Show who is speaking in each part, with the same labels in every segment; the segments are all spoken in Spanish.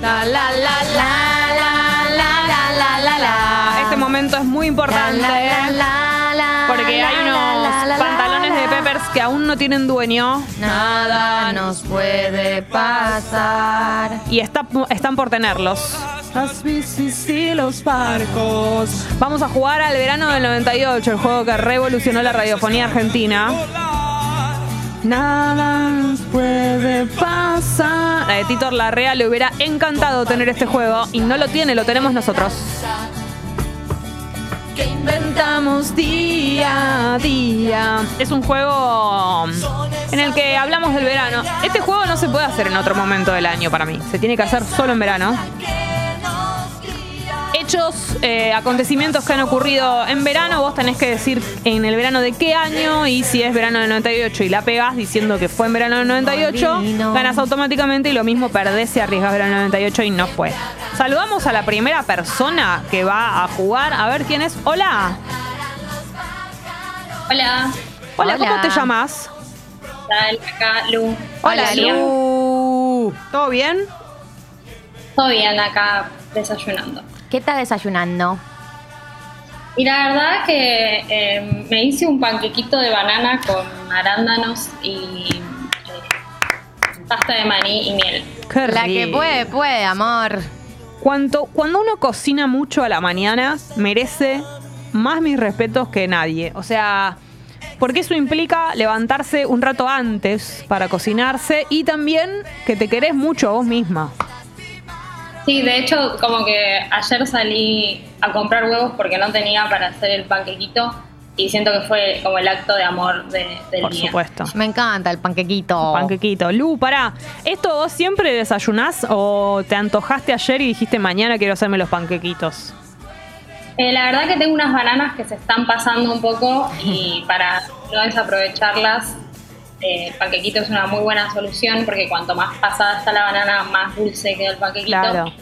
Speaker 1: La, la, la, la, la, la, la, la, la. Este momento es muy importante porque hay unos pantalones de Peppers que aún no tienen dueño.
Speaker 2: Nada nos puede pasar.
Speaker 1: Y están por tenerlos. Las bicis y los barcos. Vamos a jugar al verano del 98, el juego que revolucionó la radiofonía argentina. Nada nos puede pasar. A Titor Larrea le hubiera encantado tener este juego y no lo tiene, lo tenemos nosotros. Que inventamos día a día. Es un juego en el que hablamos del verano. Este juego no se puede hacer en otro momento del año para mí. Se tiene que hacer solo en verano. Hechos, acontecimientos que han ocurrido en verano. Vos tenés que decir en el verano de qué año. Y si es verano del 98 y la pegás diciendo que fue en verano del 98, ganas automáticamente. Y lo mismo perdés si arriesgas verano del 98 y no fue. Saludamos a la primera persona que va a jugar. A ver quién es. Hola.
Speaker 3: Hola.
Speaker 1: Hola, ¿cómo te llamas?
Speaker 3: Acá, Lu.
Speaker 1: Hola, Lu. ¿Todo bien?
Speaker 3: Todo bien, acá desayunando.
Speaker 2: ¿Qué estás desayunando?
Speaker 3: Y la verdad que me hice un panquequito de banana con arándanos y pasta de maní y miel.
Speaker 1: Qué
Speaker 2: La que puede, amor.
Speaker 1: Cuando uno cocina mucho a la mañana, merece más mis respetos que nadie. O sea, porque eso implica levantarse un rato antes para cocinarse y también que te querés mucho a vos misma.
Speaker 3: Sí, de hecho, como que ayer salí a comprar huevos porque no tenía para hacer el panquequito y siento que fue como el acto de amor del día.
Speaker 1: Por supuesto.
Speaker 2: Me encanta el panquequito.
Speaker 1: Panquequito. Lu, pará. ¿Esto vos siempre desayunás o te antojaste ayer y dijiste mañana quiero hacerme los panquequitos?
Speaker 3: La verdad que tengo unas bananas que se están pasando un poco y para no desaprovecharlas, el panquequito es una muy buena solución porque cuanto más pasada está la banana, más dulce queda el panquequito.
Speaker 1: Claro.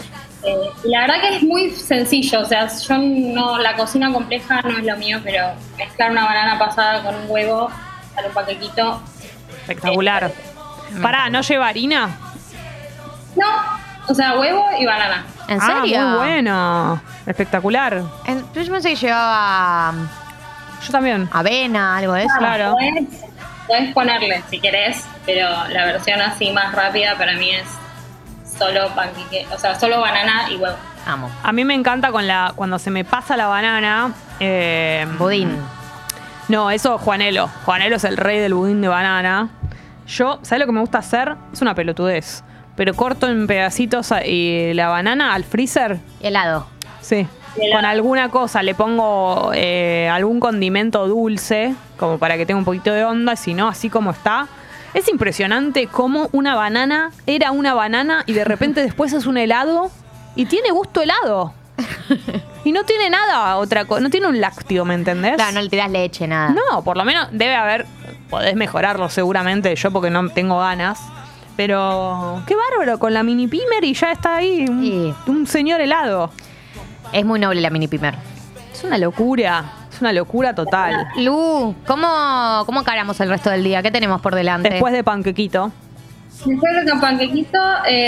Speaker 3: Y la verdad que es muy sencillo, o sea, yo no, la cocina compleja no es lo mío, pero mezclar una banana pasada con un huevo, hacer un panquequito.
Speaker 1: Espectacular. Pará, ¿no lleva harina?
Speaker 3: No, o sea, huevo y banana.
Speaker 2: ¿En serio?
Speaker 1: Muy bueno. Espectacular.
Speaker 2: Yo pensé que llevaba
Speaker 1: Yo también.
Speaker 2: avena, algo de eso.
Speaker 1: Claro.
Speaker 3: Puedes ponerle si querés, pero la versión así más rápida para mí es solo panqueque, o sea, solo banana y huevo.
Speaker 2: Amo.
Speaker 1: A mí me encanta cuando se me pasa la banana.
Speaker 2: Budín.
Speaker 1: No, eso Juanelo. Juanelo es el rey del budín de banana. Yo, ¿sabes lo que me gusta hacer? Es una pelotudez. Pero corto en pedacitos y la banana al freezer.
Speaker 2: Helado.
Speaker 1: Sí. Con alguna cosa, le pongo algún condimento dulce, como para que tenga un poquito de onda, si no, así como está. Es impresionante cómo una banana era una banana y de repente después es un helado y tiene gusto helado. Y no tiene nada, otra cosa, no tiene un lácteo, ¿me entendés?
Speaker 2: Claro, no le tirás leche, nada.
Speaker 1: No, por lo menos debe haber, podés mejorarlo seguramente, yo porque no tengo ganas. Pero qué bárbaro, con la mini pimer y ya está ahí un señor helado.
Speaker 2: Es muy noble la mini pimer.
Speaker 1: Es una locura total.
Speaker 2: Lu, ¿cómo encaramos el resto del día? ¿Qué tenemos por delante?
Speaker 1: Después de panquequito.
Speaker 3: Después del panquequito,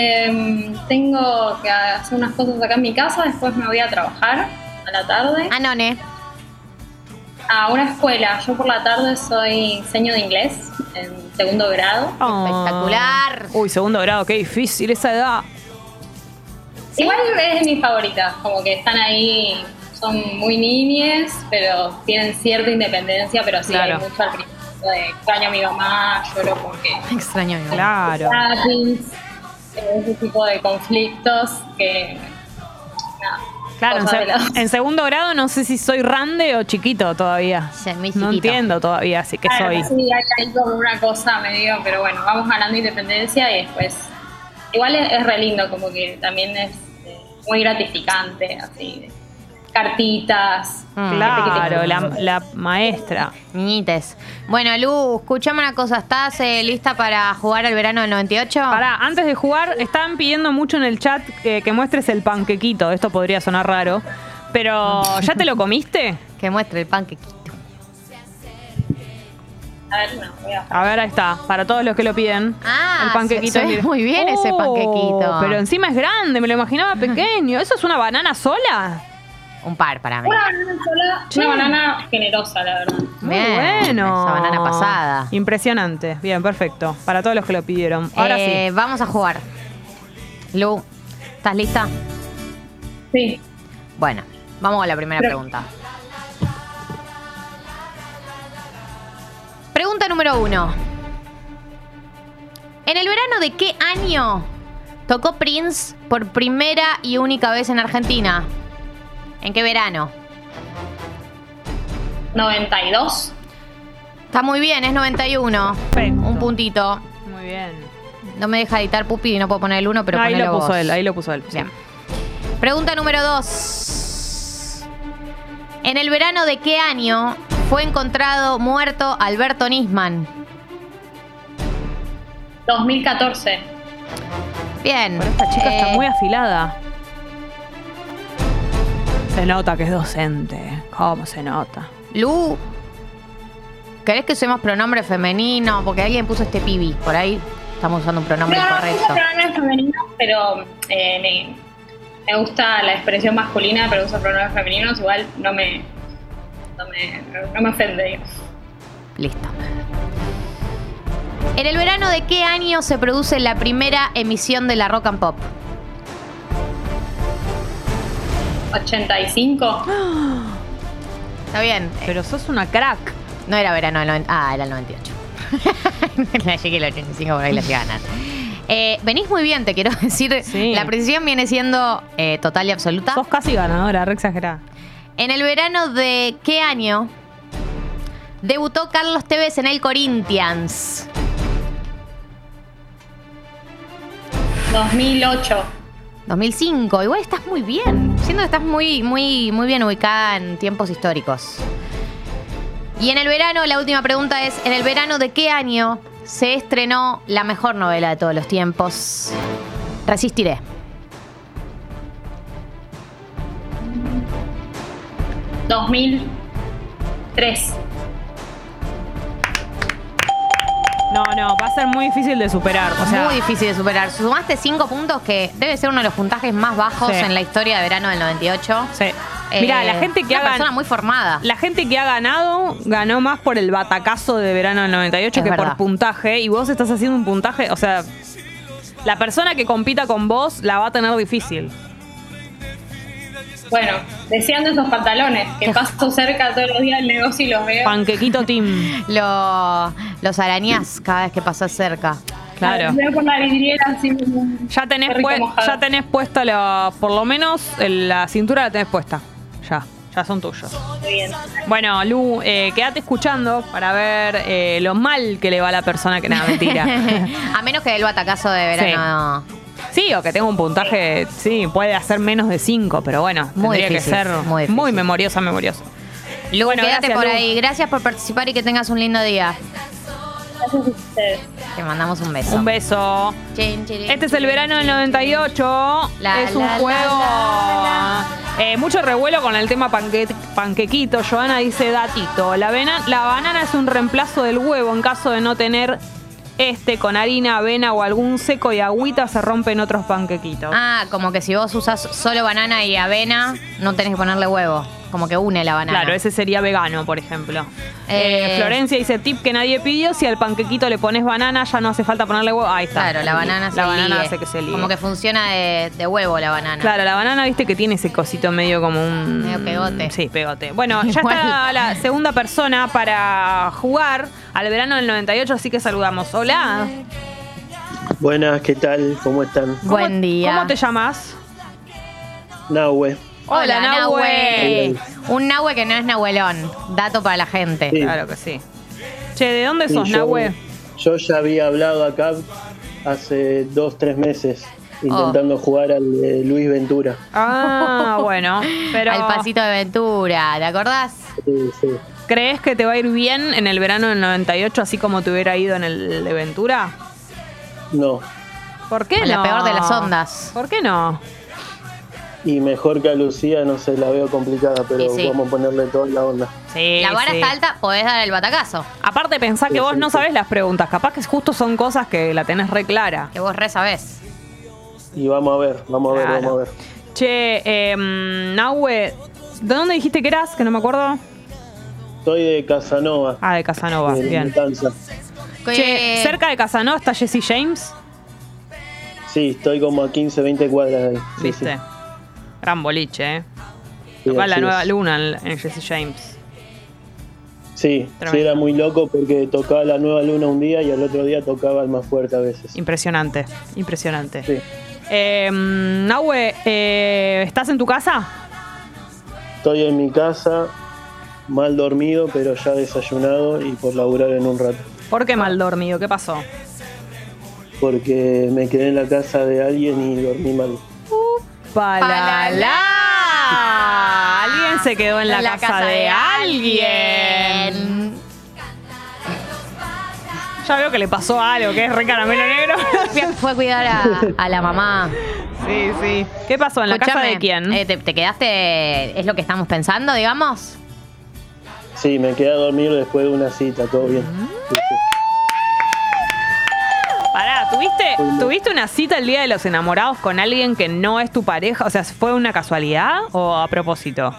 Speaker 3: tengo que hacer unas cosas acá en mi casa, después me voy a trabajar a la tarde.
Speaker 2: Anone.
Speaker 3: A una escuela. Yo por la tarde soy diseño de inglés en segundo grado.
Speaker 2: Espectacular.
Speaker 1: Uy, segundo grado, qué difícil esa edad.
Speaker 2: ¿Sí?
Speaker 3: Igual es de mis favoritas, como que están ahí, son muy niñes, pero tienen cierta independencia, pero sí
Speaker 1: Claro.
Speaker 3: hay mucho al principio de extraño a mi mamá, lloro porque
Speaker 2: Extraño.
Speaker 1: Claro.
Speaker 3: gratis, ese tipo de conflictos que nada.
Speaker 1: Claro,
Speaker 3: cosas de la-
Speaker 1: en segundo grado no sé si soy grande o chiquito todavía.
Speaker 2: Sí, muy
Speaker 1: No
Speaker 2: chiquito.
Speaker 1: entiendo todavía, así que
Speaker 3: Claro,
Speaker 1: soy.
Speaker 3: sí, hay como una cosa medio, pero bueno, vamos ganando independencia y después igual es re lindo, como que también es muy gratificante, así, cartitas.
Speaker 1: Claro, la maestra.
Speaker 2: Niñites. Bueno, Lu, escuchame una cosa. ¿Estás lista para jugar al verano del 98?
Speaker 1: Pará, antes de jugar, están pidiendo mucho en el chat que muestres el panquequito. Esto podría sonar raro. Pero, ¿ya te lo comiste?
Speaker 2: Que muestre el panquequito.
Speaker 3: A ver, no, voy a...
Speaker 1: A ver, ahí está. Para todos los que lo piden.
Speaker 2: Ah,
Speaker 1: el panquequito.
Speaker 2: se ve muy bien ese panquequito.
Speaker 1: Pero encima es grande, me lo imaginaba pequeño. ¿Eso es una banana sola?
Speaker 2: Un par para mí.
Speaker 3: Una banana sola, una banana generosa, la verdad.
Speaker 1: Muy
Speaker 2: Bien,
Speaker 1: bueno.
Speaker 2: esa banana pasada.
Speaker 1: Impresionante. Bien, perfecto. Para todos los que lo pidieron. Ahora sí.
Speaker 2: Vamos a jugar. Lu, ¿estás lista?
Speaker 3: Sí.
Speaker 2: Bueno, vamos a la primera pregunta. Pregunta número 1. ¿En el verano de qué año tocó Prince por primera y única vez en Argentina? ¿En qué verano?
Speaker 3: 92.
Speaker 2: Está muy bien, es 91.
Speaker 1: Perfecto.
Speaker 2: Un puntito.
Speaker 1: Muy bien.
Speaker 2: No me deja editar Pupi y no puedo poner el 1, pero
Speaker 1: No, ahí
Speaker 2: ponelo
Speaker 1: lo puso
Speaker 2: vos.
Speaker 1: él, ahí lo puso él.
Speaker 2: Bien. Pregunta número 2. ¿En el verano de qué año fue encontrado muerto Alberto Nisman?
Speaker 3: 2014.
Speaker 2: Bien.
Speaker 1: Pero esta chica está muy afilada. Se nota que es docente. ¿Cómo se nota?
Speaker 2: Lu, ¿querés que usemos pronombre femenino? Porque alguien puso este pibi. Por ahí estamos usando un pronombre
Speaker 3: No,
Speaker 2: incorrecto.
Speaker 3: uso pronombres femeninos, pero me gusta la expresión masculina, pero uso pronombres femeninos. Igual no me ofende, digamos.
Speaker 2: Listo. ¿En el verano de qué año se produce la primera emisión de la Rock and Pop?
Speaker 3: 85.
Speaker 2: Está bien.
Speaker 1: Pero sos una crack.
Speaker 2: No era verano del 90. Ah, era el 98. La llegué el 85, por ahí la llegué a ganar. Venís muy bien, te quiero decir.
Speaker 1: Sí.
Speaker 2: La precisión viene siendo total y absoluta.
Speaker 1: Sos casi ganadora, re exagerada.
Speaker 2: En el verano de qué año debutó Carlos Tevez en el Corinthians?
Speaker 3: 2008.
Speaker 2: 2005. Igual estás muy bien. Siento que estás muy bien ubicada en tiempos históricos. Y en el verano, la última pregunta es, ¿en el verano de qué año se estrenó la mejor novela de todos los tiempos? Resistiré.
Speaker 3: $2003.
Speaker 1: No, va a ser muy difícil de superar. O sea,
Speaker 2: Muy difícil de superar. Sumaste 5 puntos, que debe ser uno de los puntajes más bajos
Speaker 1: Sí.
Speaker 2: en la historia de verano del 98.
Speaker 1: sí. Mirá, la gente que
Speaker 2: una persona muy formada.
Speaker 1: La gente que ha ganado, ganó más por el batacazo de verano del 98
Speaker 2: Es
Speaker 1: que
Speaker 2: verdad.
Speaker 1: por puntaje. Y vos estás haciendo un puntaje, o sea, la persona que compita con vos la va a tener difícil.
Speaker 3: Bueno, deseando esos pantalones, que paso cerca todos los días del negocio y los veo.
Speaker 1: Panquequito Team.
Speaker 2: Los arañás cada vez que pasás cerca.
Speaker 1: Claro.
Speaker 3: Veo por la vidriera así como
Speaker 1: Ya tenés,
Speaker 3: rico mojado.
Speaker 1: ya tenés puesta por lo menos la cintura la tenés puesta. Ya son tuyos.
Speaker 3: Muy bien.
Speaker 1: Bueno, Lu, quédate escuchando para ver lo mal que le va a la persona que nada, mentira.
Speaker 2: A menos que del batacazo de verano.
Speaker 1: Sí, o que tenga un puntaje, sí, puede hacer menos de 5, pero bueno,
Speaker 2: Muy
Speaker 1: tendría
Speaker 2: difícil,
Speaker 1: que ser
Speaker 2: muy difícil.
Speaker 1: muy memoriosa.
Speaker 2: Lu,
Speaker 1: Bueno,
Speaker 2: quédate
Speaker 1: gracias,
Speaker 2: por
Speaker 1: Lu.
Speaker 2: ahí. Gracias por participar y que tengas un lindo día.
Speaker 3: Gracias a ustedes.
Speaker 2: Te mandamos un beso.
Speaker 1: Un beso.
Speaker 2: Chin, chirin,
Speaker 1: Este es el
Speaker 2: chirin.
Speaker 1: verano del 98.
Speaker 2: La,
Speaker 1: es un
Speaker 2: la,
Speaker 1: juego.
Speaker 2: la,
Speaker 1: Mucho revuelo con el tema panquequito. Joana dice datito. La banana es un reemplazo del huevo en caso de no tener con harina, avena o algún seco y agüita se rompen otros panquequitos.
Speaker 2: Ah, como que si vos usas solo banana y avena, no tenés que ponerle huevo. Como que une la banana.
Speaker 1: Claro, ese sería vegano, por ejemplo.
Speaker 2: Eh,
Speaker 1: Florencia dice tip que nadie pidió: si al panquequito le pones banana, ya no hace falta ponerle huevo. Ahí está.
Speaker 2: Claro, la banana se
Speaker 1: La banana
Speaker 2: líe.
Speaker 1: hace que se líe.
Speaker 2: Como que funciona de huevo la banana.
Speaker 1: Claro, la banana, viste que tiene ese cosito medio como un...
Speaker 2: Medio pegote.
Speaker 1: Sí, pegote. Bueno, ya
Speaker 2: Igual.
Speaker 1: está la segunda persona para jugar al verano del 98, así que saludamos. Hola.
Speaker 4: Buenas, ¿qué tal? ¿Cómo están?
Speaker 2: Buen día.
Speaker 1: ¿Cómo te llamas?
Speaker 4: Nahue.
Speaker 1: Hola, Nahue.
Speaker 2: Un Nahue que no es Nahuelón. Dato para la gente.
Speaker 4: Sí.
Speaker 1: Claro que sí. Che, ¿de dónde
Speaker 4: Sí,
Speaker 1: sos, Nahue?
Speaker 4: yo ya había hablado acá hace 2-3 meses intentando jugar al Luis Ventura.
Speaker 1: Ah, bueno. Pero
Speaker 2: Al pasito de Ventura, ¿te acordás?
Speaker 4: Sí, sí.
Speaker 1: ¿crees que te va a ir bien en el verano del 98 así como te hubiera ido en el de Ventura?
Speaker 4: No,
Speaker 1: ¿Por qué
Speaker 2: Con
Speaker 1: no?
Speaker 2: la peor de las ondas.
Speaker 1: ¿Por qué no?
Speaker 4: Y mejor que a Lucía, no sé, la veo complicada, pero
Speaker 2: Sí.
Speaker 4: vamos a ponerle toda la onda.
Speaker 1: Sí,
Speaker 2: La vara
Speaker 1: sí.
Speaker 2: está alta, podés dar el batacazo.
Speaker 1: Aparte pensá que vos no sabés las preguntas, capaz que justo son cosas que la tenés re clara.
Speaker 2: Que vos re sabés.
Speaker 4: Y vamos a ver.
Speaker 1: Claro. Che, Nahue, ¿de dónde dijiste que eras? Que no me acuerdo.
Speaker 4: Soy de Casanova.
Speaker 1: Ah, de Casanova,
Speaker 4: de
Speaker 1: bien.
Speaker 4: Matanza.
Speaker 1: Che, cerca de Casanova está Jesse James,
Speaker 4: Sí, estoy como a 15, 20 cuadras de ahí. Sí,
Speaker 1: ¿viste?
Speaker 4: sí.
Speaker 1: Gran boliche, ¿eh?
Speaker 4: Sí,
Speaker 1: Tocaba la
Speaker 4: así
Speaker 1: nueva
Speaker 4: es.
Speaker 1: luna en Jesse James.
Speaker 4: Sí,
Speaker 1: Tremendo.
Speaker 4: sí, era muy loco porque tocaba la nueva luna un día y al otro día tocaba el más fuerte a veces.
Speaker 1: Impresionante, impresionante.
Speaker 4: Sí.
Speaker 1: Nahue, ¿estás en tu casa?
Speaker 4: Estoy en mi casa, mal dormido, pero ya desayunado y por laburar en un rato.
Speaker 1: ¿Por qué mal dormido? ¿Qué pasó?
Speaker 4: Porque me quedé en la casa de alguien y dormí mal.
Speaker 1: ¡Palala! Alguien se quedó en la casa de alguien. Ya veo que le pasó algo, que es re caramelo negro.
Speaker 2: Fue a cuidar a la mamá.
Speaker 1: Sí, sí. ¿Qué pasó? ¿En la casa de quién?
Speaker 2: ¿Te quedaste? ¿Es lo que estamos pensando, digamos?
Speaker 4: Sí, me quedé a dormir después de una cita, todo bien. Sí, sí.
Speaker 1: Pará, ¿tuviste una cita el Día de los Enamorados con alguien que no es tu pareja? O sea, ¿fue una casualidad o a propósito?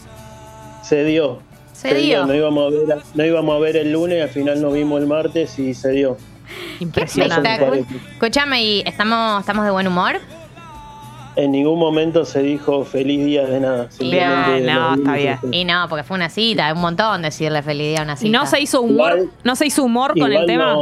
Speaker 4: Se dio.
Speaker 2: Se dio.
Speaker 4: No íbamos a ver el lunes, al final nos vimos el martes y se dio.
Speaker 1: Impresionante.
Speaker 4: espectacular.
Speaker 2: Escúchame, ¿y estamos de buen humor?
Speaker 4: En ningún momento se dijo feliz día de nada. Simplemente
Speaker 1: Bien, no,
Speaker 4: nos
Speaker 1: está
Speaker 4: vimos
Speaker 1: bien.
Speaker 2: Y no, porque fue una cita, un montón decirle feliz día a una cita.
Speaker 1: ¿Y no se hizo humor?
Speaker 4: Igual-
Speaker 1: ¿No se hizo humor con el
Speaker 4: Igual
Speaker 1: tema?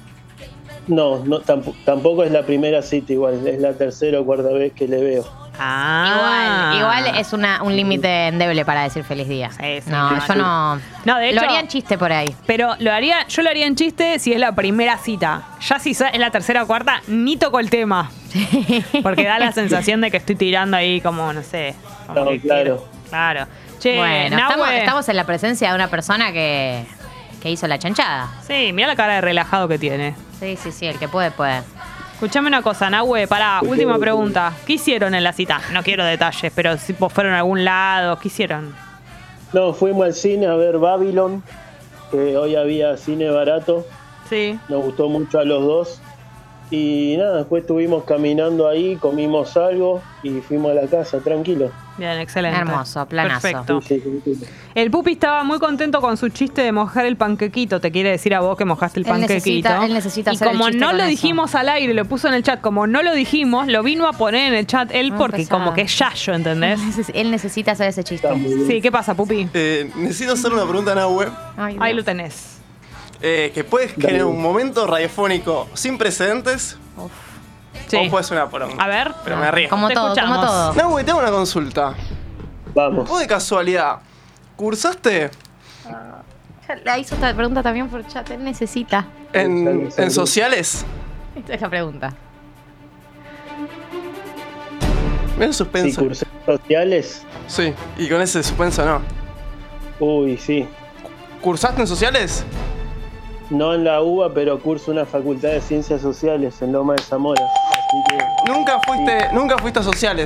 Speaker 4: No, tampoco es la primera cita igual, es la tercera o cuarta vez que le veo.
Speaker 1: Ah.
Speaker 2: Igual es un límite endeble para decir feliz día.
Speaker 1: Sí, sí,
Speaker 2: no,
Speaker 1: no,
Speaker 2: yo no.
Speaker 1: No, de hecho-
Speaker 2: Lo harían chiste por ahí.
Speaker 1: Pero yo lo haría en chiste si es la primera cita. Ya si es la tercera o cuarta, ni toco el tema. Porque da la sensación de que estoy tirando ahí como, no sé. Como
Speaker 4: No,
Speaker 1: que
Speaker 4: claro.
Speaker 1: quiero. Claro. Che,
Speaker 2: Bueno,
Speaker 1: Nahue.
Speaker 2: estamos en la presencia de una persona que hizo la chanchada.
Speaker 1: Sí, mira la cara de relajado que tiene.
Speaker 2: Sí, el que puede, puede.
Speaker 1: Escuchame una cosa, Nahue, pará, última pregunta. ¿Qué hicieron en la cita? No quiero detalles, pero si fueron a algún lado, ¿qué hicieron?
Speaker 4: No, fuimos al cine a ver Babylon, que hoy había cine barato,
Speaker 1: Sí.
Speaker 4: nos gustó mucho a los dos. Y nada, después estuvimos caminando ahí, comimos algo y fuimos a la casa, tranquilo.
Speaker 1: Bien, excelente.
Speaker 2: Hermoso, planazo.
Speaker 1: Perfecto.
Speaker 4: Sí, tranquilo.
Speaker 1: El Pupi estaba muy contento con su chiste de mojar el panquequito. Te quiere decir a vos que mojaste el
Speaker 2: Él
Speaker 1: panquequito.
Speaker 2: él necesita
Speaker 1: y
Speaker 2: hacer el
Speaker 1: como
Speaker 2: chiste
Speaker 1: no
Speaker 2: con
Speaker 1: lo
Speaker 2: eso.
Speaker 1: dijimos al aire, lo puso en el chat. Como no lo dijimos, lo vino a poner en el chat él
Speaker 2: Muy
Speaker 1: porque
Speaker 2: pesado.
Speaker 1: como que es yayo, ¿entendés?
Speaker 2: Él necesita hacer ese chiste.
Speaker 4: Está muy bien.
Speaker 1: Sí, ¿qué pasa, Pupi?
Speaker 5: Necesito hacer una pregunta a Nahue,
Speaker 2: Ay,
Speaker 1: Ahí
Speaker 2: Dios.
Speaker 1: lo tenés.
Speaker 5: que puede generar un momento radiofónico sin precedentes
Speaker 1: Sí.
Speaker 5: o puede ser una poronga.
Speaker 1: A ver.
Speaker 5: Pero me arriesgo.
Speaker 2: Como
Speaker 1: Te
Speaker 2: todo, como
Speaker 1: escuchamos.
Speaker 2: todo.
Speaker 5: Nahue, tengo una consulta.
Speaker 4: Vamos.
Speaker 5: ¿Vos de casualidad cursaste
Speaker 2: La hizo esta pregunta también por chat. Él necesita.
Speaker 5: en sociales?
Speaker 2: Esta es la pregunta.
Speaker 5: Mira el
Speaker 4: Sí,
Speaker 5: suspenso.
Speaker 4: cursé sociales.
Speaker 5: Sí, y con ese suspenso no.
Speaker 4: Uy, sí.
Speaker 5: ¿Cursaste en sociales?
Speaker 4: No en la UBA, pero curso una facultad de ciencias sociales en Loma de Zamora. Así que
Speaker 5: Nunca fuiste a sociales.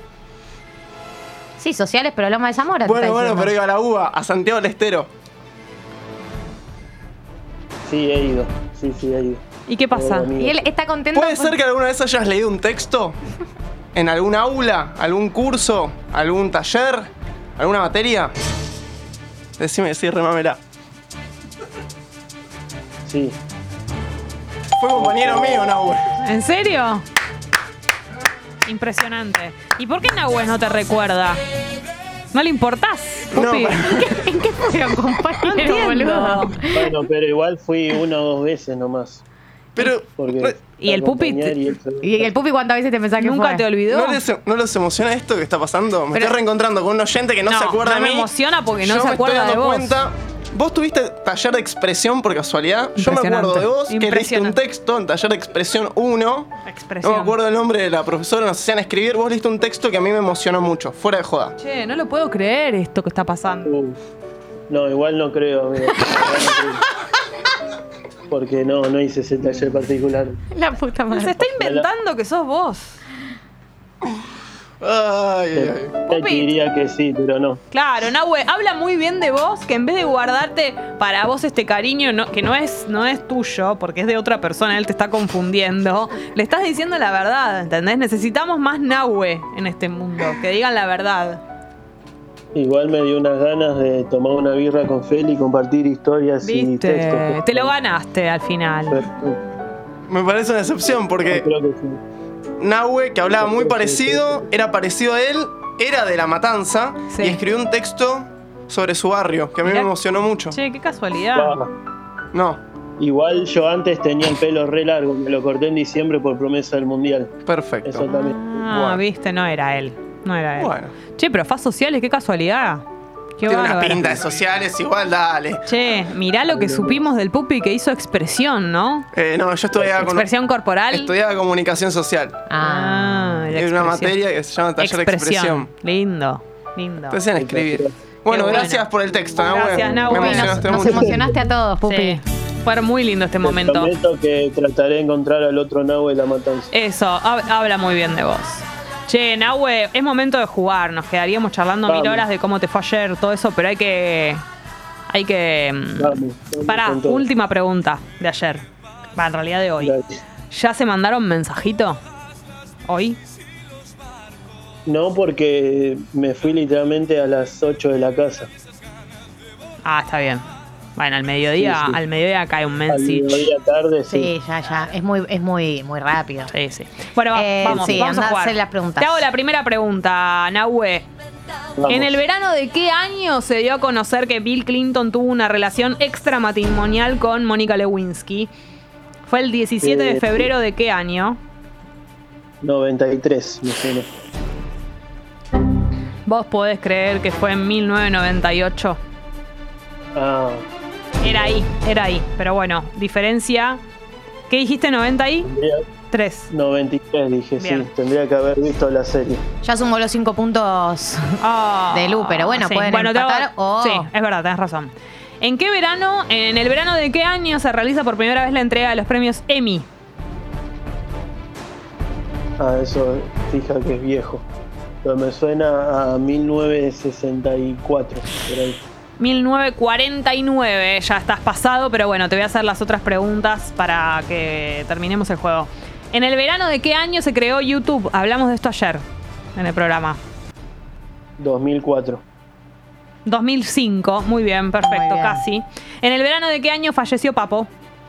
Speaker 2: Sí, sociales, pero Loma de Zamora. te
Speaker 5: Bueno,
Speaker 2: está
Speaker 5: pero
Speaker 2: diciendo.
Speaker 5: iba a la UBA, a Santiago del Estero.
Speaker 4: sí, he ido. Sí, he ido.
Speaker 1: ¿Y qué pasa?
Speaker 4: Todo, amigo.
Speaker 2: Y él está contento.
Speaker 5: ¿Puede ser que alguna vez hayas leído un texto? ¿En algún aula? ¿Algún curso? ¿Algún taller? ¿Alguna materia? Decime, sí, remámela.
Speaker 4: Sí.
Speaker 5: Fue compañero mío, Nahue.
Speaker 1: ¿En serio? Impresionante. ¿Y por qué Nahue no te recuerda? ¿No le importás, Pupi?
Speaker 5: No,
Speaker 2: ¿En qué fueron, compañero,
Speaker 1: No entiendo.
Speaker 2: boludo?
Speaker 4: Bueno, pero igual fui una o dos veces nomás.
Speaker 5: Pero
Speaker 4: Porque
Speaker 1: ¿Y el Pupi
Speaker 4: acompañar
Speaker 1: te-
Speaker 4: y eso-
Speaker 2: ¿Y el Pupi cuántas veces te pensás que
Speaker 1: ¿Nunca
Speaker 2: fue?
Speaker 1: te olvidó?
Speaker 5: ¿no les emociona esto que está pasando? Me
Speaker 2: Pero-
Speaker 5: estoy reencontrando con un oyente que no se acuerda
Speaker 1: no
Speaker 5: de
Speaker 1: me
Speaker 5: mí.
Speaker 1: emociona porque no
Speaker 5: Yo
Speaker 1: se
Speaker 5: me
Speaker 1: acuerda
Speaker 5: estoy
Speaker 1: de
Speaker 5: dando
Speaker 1: vos.
Speaker 5: cuenta. ¿Vos tuviste taller de expresión por casualidad? Yo me acuerdo de vos que leíste un
Speaker 1: Impresionante.
Speaker 5: texto en taller de expresión 1.
Speaker 1: Expresión.
Speaker 5: No me acuerdo el nombre de la profesora, nos hacían escribir. Vos leíste un texto que a mí me emocionó mucho, fuera de joda.
Speaker 1: Che, no lo puedo creer esto que está pasando.
Speaker 4: No, igual no creo, amigo. Igual no creo. Porque no hice ese taller particular.
Speaker 2: La puta
Speaker 1: Se
Speaker 2: madre.
Speaker 1: está inventando que sos vos.
Speaker 4: Te diría que sí, pero no.
Speaker 1: Claro, Nahue, habla muy bien de vos, que en vez de guardarte para vos este cariño, que no es tuyo, porque es de otra persona, él te está confundiendo, le estás diciendo la verdad, ¿entendés? Necesitamos más Nahue en este mundo, que digan la verdad.
Speaker 4: Igual me dio unas ganas de tomar una birra con Feli y compartir historias y textos.
Speaker 1: Te lo ganaste al final.
Speaker 4: Perfecto.
Speaker 5: Me parece una excepción porque
Speaker 4: Creo que sí.
Speaker 5: Nahue, que hablaba muy parecido, era parecido a él, era de La Matanza
Speaker 1: Sí.
Speaker 5: y escribió un texto sobre su barrio, que a mí
Speaker 1: Mirá.
Speaker 5: me emocionó mucho.
Speaker 1: Che, qué casualidad.
Speaker 5: No,
Speaker 4: Igual yo antes tenía el pelo re largo, me lo corté en diciembre por promesa del mundial.
Speaker 5: perfecto.
Speaker 4: Eso también.
Speaker 1: Ah, viste, no era él. No era él.
Speaker 5: Bueno.
Speaker 1: Che, pero Faz Sociales, qué casualidad. Qué
Speaker 5: Tiene una
Speaker 1: bárbaro.
Speaker 5: pinta de sociales, igual dale.
Speaker 1: Che, mirá lo que supimos del Pupi que hizo expresión, ¿no?
Speaker 5: No, yo estudiaba,
Speaker 1: Expresión corporal.
Speaker 5: estudiaba comunicación social.
Speaker 1: La
Speaker 5: Hay una
Speaker 1: expresión.
Speaker 5: materia que se llama taller de expresión.
Speaker 1: Lindo, lindo.
Speaker 5: Te hacían escribir. Bueno,
Speaker 1: bueno.
Speaker 5: gracias por el texto, Nahue.
Speaker 1: Gracias, Nahue.
Speaker 5: Me
Speaker 2: Uy,
Speaker 5: emocionaste
Speaker 2: nos
Speaker 5: mucho.
Speaker 2: emocionaste a todos, Pupi.
Speaker 1: Sí. Fue muy lindo este
Speaker 4: Te
Speaker 1: momento.
Speaker 4: prometo que trataré de encontrar al otro Nahue de La Matanza.
Speaker 1: Eso, habla muy bien de vos. Che, Nahue, es momento de jugar. Nos quedaríamos charlando
Speaker 4: Vamos.
Speaker 1: 1000 horas de cómo te fue ayer, todo eso, pero hay que.
Speaker 4: Vamos
Speaker 1: Pará,
Speaker 4: con todo.
Speaker 1: última pregunta de ayer. Va, en realidad de hoy.
Speaker 4: Dale.
Speaker 1: ¿Ya se mandaron mensajito? ¿Hoy?
Speaker 4: No, porque me fui literalmente a las 8 de la casa.
Speaker 1: Ah, está bien. Bueno, al mediodía,
Speaker 4: Sí, sí.
Speaker 1: al mediodía cae un
Speaker 4: Al
Speaker 1: message.
Speaker 4: mediodía tarde, sí.
Speaker 2: Sí, ya. Es muy rápido.
Speaker 1: Sí, sí. Bueno, vamos,
Speaker 2: sí,
Speaker 1: vamos
Speaker 2: andá
Speaker 1: a
Speaker 2: a
Speaker 1: jugar.
Speaker 2: hacer las preguntas.
Speaker 1: Te hago la primera pregunta, Nahue.
Speaker 4: Vamos.
Speaker 1: ¿En el verano de qué año se dio a conocer que Bill Clinton tuvo una relación extramatrimonial con Mónica Lewinsky? ¿Fue el 17 de febrero de qué año?
Speaker 4: 93, me suena.
Speaker 1: ¿Vos podés creer que fue en 1998?
Speaker 4: Ah,
Speaker 1: Era ahí. Pero bueno, diferencia. ¿Qué dijiste? 93.
Speaker 4: 93 dije,
Speaker 1: Bien.
Speaker 4: sí. Tendría que haber visto la serie.
Speaker 2: Ya sumó los 5 puntos
Speaker 1: Ah,
Speaker 2: de Lu, pero bueno, pueden empatar o...
Speaker 1: Sí, es verdad, tenés razón. En el verano de qué año se realiza por primera vez la entrega de los premios Emmy?
Speaker 4: Ah, eso, fija que es viejo. Pero me suena a 1964, por ahí.
Speaker 1: 1949, ya estás pasado, pero bueno, te voy a hacer las otras preguntas para que terminemos el juego. ¿En el verano de qué año se creó YouTube? Hablamos de esto ayer en el programa.
Speaker 4: 2004.
Speaker 1: 2005, muy bien, perfecto,
Speaker 2: Muy bien.
Speaker 1: casi. ¿En el verano de qué año falleció Papo?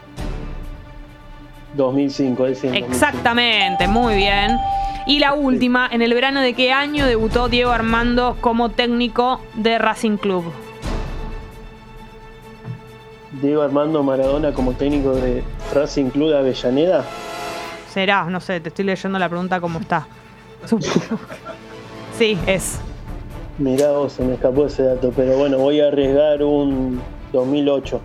Speaker 4: 2005, es 2005.
Speaker 1: Exactamente, muy bien. Y la última, ¿en el verano de qué año debutó Diego Armando como técnico de Racing Club?
Speaker 4: Diego Armando Maradona como técnico de Racing Club de Avellaneda.
Speaker 1: Será, no sé, te estoy leyendo la pregunta como está. Supongo. Sí, es.
Speaker 4: Mirá vos, se me escapó ese dato, pero bueno, voy a arriesgar un 2008.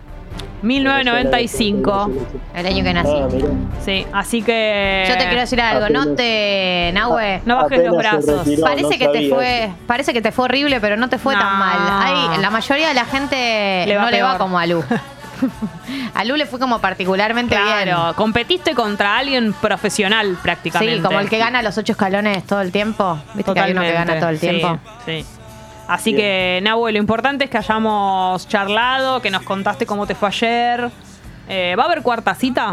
Speaker 1: 1995.
Speaker 2: El año que nací.
Speaker 4: Ah, mirá.
Speaker 1: Sí, así que.
Speaker 2: Yo te quiero decir algo,
Speaker 4: apenas-
Speaker 2: no te... Nahue,
Speaker 1: No bajes los
Speaker 4: Apenas se
Speaker 1: brazos.
Speaker 4: retiró.
Speaker 2: parece
Speaker 4: no
Speaker 2: que
Speaker 4: sabía.
Speaker 2: parece que te fue horrible, pero no te fue
Speaker 1: No.
Speaker 2: tan mal. La mayoría de la gente
Speaker 1: Le va
Speaker 2: no le va
Speaker 1: peor.
Speaker 2: como a Lu. A Lu le fue como particularmente
Speaker 1: Claro, competiste contra alguien profesional
Speaker 2: bien.
Speaker 1: prácticamente.
Speaker 2: Sí, como el que gana los 8 escalones todo el tiempo. ¿Viste que hay uno que gana todo el tiempo?
Speaker 1: Sí. Así
Speaker 4: Bien.
Speaker 1: que, Nahue, lo importante es que hayamos charlado, que nos contaste cómo te fue ayer. ¿Va a haber cuarta cita?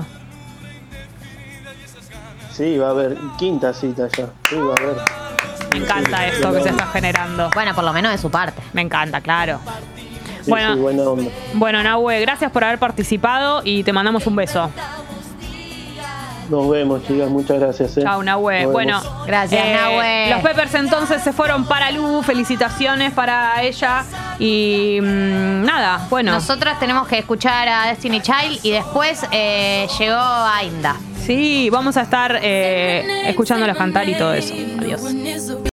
Speaker 4: Sí, va a haber quinta cita ya. Sí, va a haber.
Speaker 1: Me encanta esto que se está generando.
Speaker 2: Bueno, por lo menos de su parte.
Speaker 1: Me encanta, claro.
Speaker 4: Sí,
Speaker 1: Bueno.
Speaker 4: sí, buena onda.
Speaker 1: Bueno, Nahue, gracias por haber participado y te mandamos un beso.
Speaker 4: Nos vemos, chicas. Muchas gracias.
Speaker 1: Chau, Nahue.
Speaker 4: Nos
Speaker 1: Bueno,
Speaker 4: vemos.
Speaker 2: Gracias, Nahue.
Speaker 1: Los Peppers entonces se fueron para Lu. Felicitaciones para ella. Y nada, bueno.
Speaker 2: Nosotras tenemos que escuchar a Destiny Child y después llegó Ainda.
Speaker 1: Sí, vamos a estar escuchándolos cantar y todo eso. Adiós.